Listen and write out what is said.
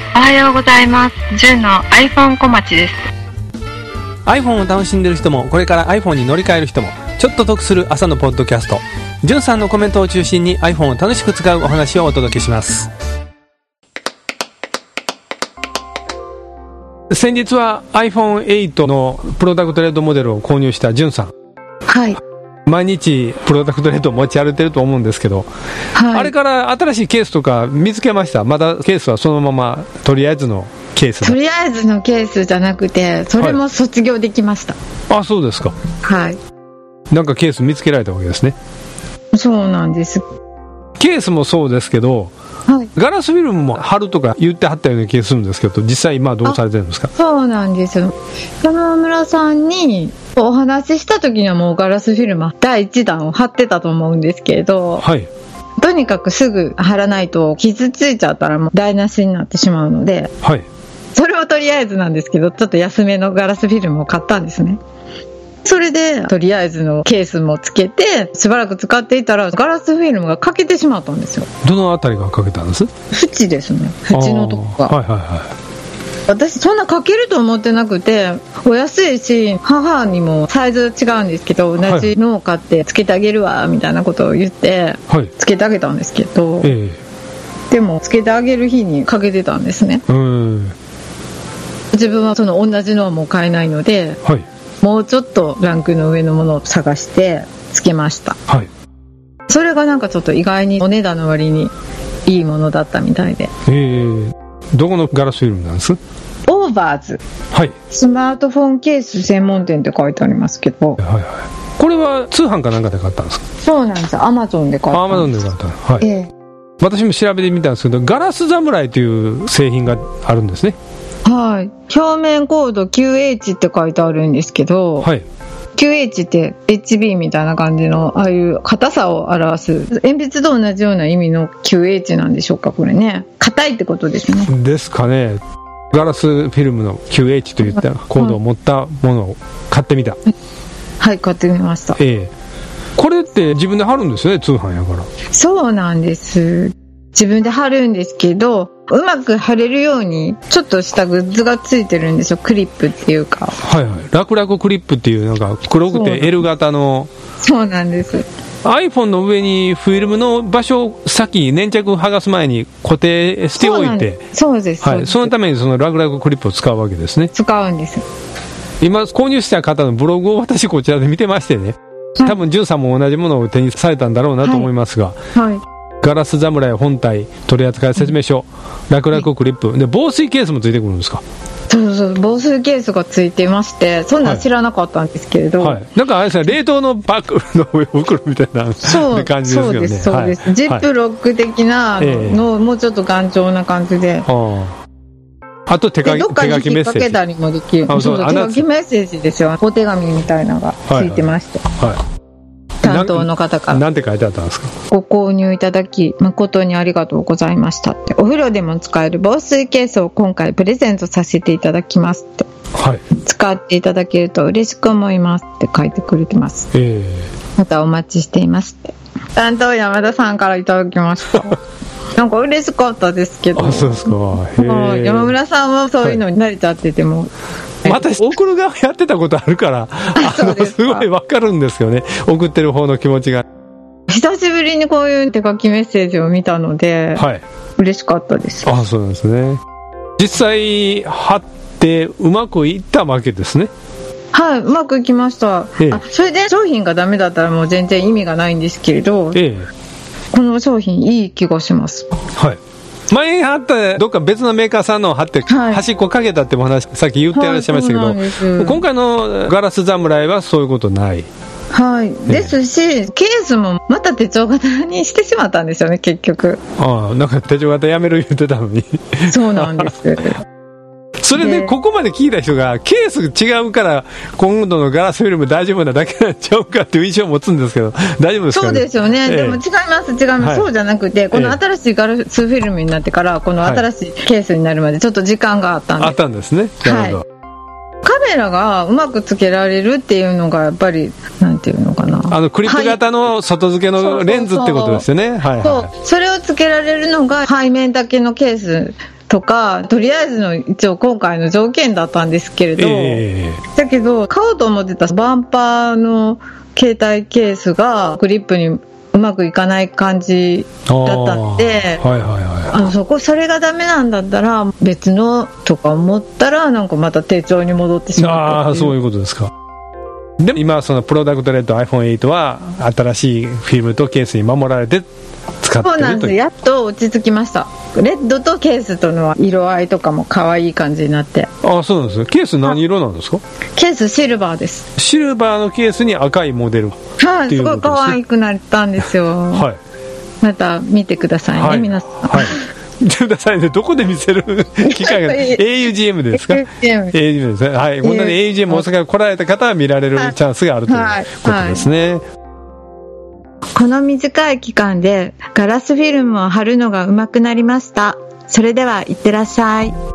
おはようございます。純の iPhone 小町です。 iPhone を楽しんでる人もこれから iPhone に乗り換える人もちょっと得する朝のポッドキャスト、純さんのコメントを中心に iPhone を楽しく使うお話をお届けします。先日は iPhone8 のプロダクトレッドモデルを購入した純さん、 はい、 毎日プロダクトレッドを持ち歩いてると思うんですけど、はい、あれから新しいケースとか見つけました？まだケースはそのままとりあえずのケースだ？ とりあえずのケースじゃなくて、それも卒業できました、 はい、あ、そうですか。 はい。 なんかケース見つけられたわけですね。 そうなんです。 ケースもそうですけど、はい、ガラスフィルムも貼るとか言ってはったような気がするんですけど、実際今はどうされてるんですか？ そうなんです。山村さんにお話しした時にはもうガラスフィルム第1弾を貼ってたと思うんですけど、はい、とにかくすぐ貼らないと傷ついちゃったらもう台無しになってしまうので、はい、それをとりあえずなんですけど、ちょっと安めのガラスフィルムを買ったんですね。それでとりあえずのケースもつけてしばらく使っていたらガラスフィルムが欠けてしまったんですよ。 どのあたりが欠けたんです？ 縁ですね。縁のとこが、はいはいはい、私そんな欠けると思ってなくて、お安いし母にもサイズ違うんですけど同じのを買ってつけてあげるわみたいなことを言ってつけてあげたんですけど、でもつけてあげる日に欠けてたんですね。自分はその同じのはもう買えないので、はい、もうちょっとランクの上のものを探してつけました、はい、それがなんかちょっと意外にお値段の割にいいものだったみたいで。 どこのガラスフィルムなんです？ オーバーズ、はい、スマートフォンケース専門店って書いてありますけど、はいはい、 これは通販かなんかで買ったんですか？ そうなんです。アマゾンで買ったんです。 アマゾンで買った、はい、私も調べてみたんですけど、ガラス侍という製品があるんですね。はい、 表面コード QH って書いてあるんですけど、はい、QH って HB みたいな感じのああいう硬さを表す鉛筆と同じような意味の QH なんでしょうか。これね、硬いってことですね。 ですかね。ガラスフィルムの QH といったコードを持ったものを買ってみた。 はい、買ってみました。 これって自分で貼るんですよね、通販やから。 そうなんです。自分で貼るんですけど、うまく貼れるようにちょっとしたグッズがついてるんですよ。クリップっていうか、はいはい、楽々クリップっていうなんか黒くて L 型の。そうなんです。 iPhone の上にフィルムの場所を先に粘着剥がす前に固定しておいて、 そうです、 はい、そのためにその楽々クリップを使うわけですね。 使うんです。今購入した方のブログを私こちらで見てましてね、多分ジュンさんも同じものを手にされたんだろうなと思いますが、はいはい、ガラス侍本体取扱説明書、楽々クリップで防水ケースもついてくるんですか？ そうそう、防水ケースがついていまして、そんなん知らなかったんですけれど、はいはい、 なんかあれですね、冷凍のパックの袋みたいな感じですよね。 そうです、そうです、はい、ジップロック的なの、もうちょっと頑丈な感じで、あと手書きメッセージ、どっかに引っ掛けたりもできる。そう、手書きメッセージですよ。お手紙みたいなのがついてまして、はいはいはい、担当の方からなんて書いてあったんですか？ ご購入いただき誠にありがとうございましたって、お風呂でも使える防水ケースを今回プレゼントさせていただきますって、はい、使っていただけると嬉しく思いますって書いてくれてます、またお待ちしていますって担当山田さんからいただきましたなんか嬉しかったですけど。 あ、そうですか。 山村さんはそういうのに慣れちゃってても、 私送る側やってたことあるからすごい分かるんですよね、送ってる方の気持ちが。 久しぶりにこういう手書きメッセージを見たので、はい、嬉しかったです。 あ、そうなんですね。実際貼ってうまくいったわけですね。 はい、うまくいきました、それで商品がダメだったらもう全然意味がないんですけれど、この商品いい気がします。はい、 前貼ったどっか別のメーカーさんのを貼って端っこかけたってお話さっき言ってらっしゃいましたけど、はい、今回のガラス侍はそういうことない。 はい、ですしケースもまた手帳型にしてしまったんですよね、結局。 ああ、なんか手帳型やめる言ってたのにそうなんですそれでここまで聞いた人がケース違うから今度のガラスフィルム大丈夫なだけなんちゃうかっていう印象を持つんですけど、大丈夫ですかね？そうですよね、 でも違います違います、はい、そうじゃなくて、この新しいガラスフィルムになってからこの新しいケースになるまでちょっと時間があったんです。 あったんですね。なるほど、はい、 カメラがうまくつけられるっていうのがやっぱりなんていうのかな、 クリップ型の外付けのレンズってことですよね。はい、 それをつけられるのが背面だけのケースとかとりあえずの一応今回の条件だったんですけれど、だけど買おうと思ってたバンパーの携帯ケースがグリップにうまくいかない感じだったんで、それがダメなんだったら別のとか思ったらなんかまた手帳に戻ってしまった。 そういうことですか。でも今そのプロダクトレッド iPhone8 は新しいフィルムとケースに守られて使ってるという。そうなんです。 やっと落ち着きました。レッドとケースとの色合いとかも可愛い感じになって。 そうなんです。ケース何色なんですか？ ケースシルバーです。 シルバーのケースに赤いモデル。 はい、すごい可愛くなったんですよ。はい。また見てくださいね、皆さん。はい。 見てくださいね。どこで見せる機会がaugm ですか？ augm ですね。はい。こんなに augm 大阪に来られた方は見られるチャンスがあるということですね。 この短い期間でガラスフィルムを貼るのが上手くなりました。それではいってらっしゃい。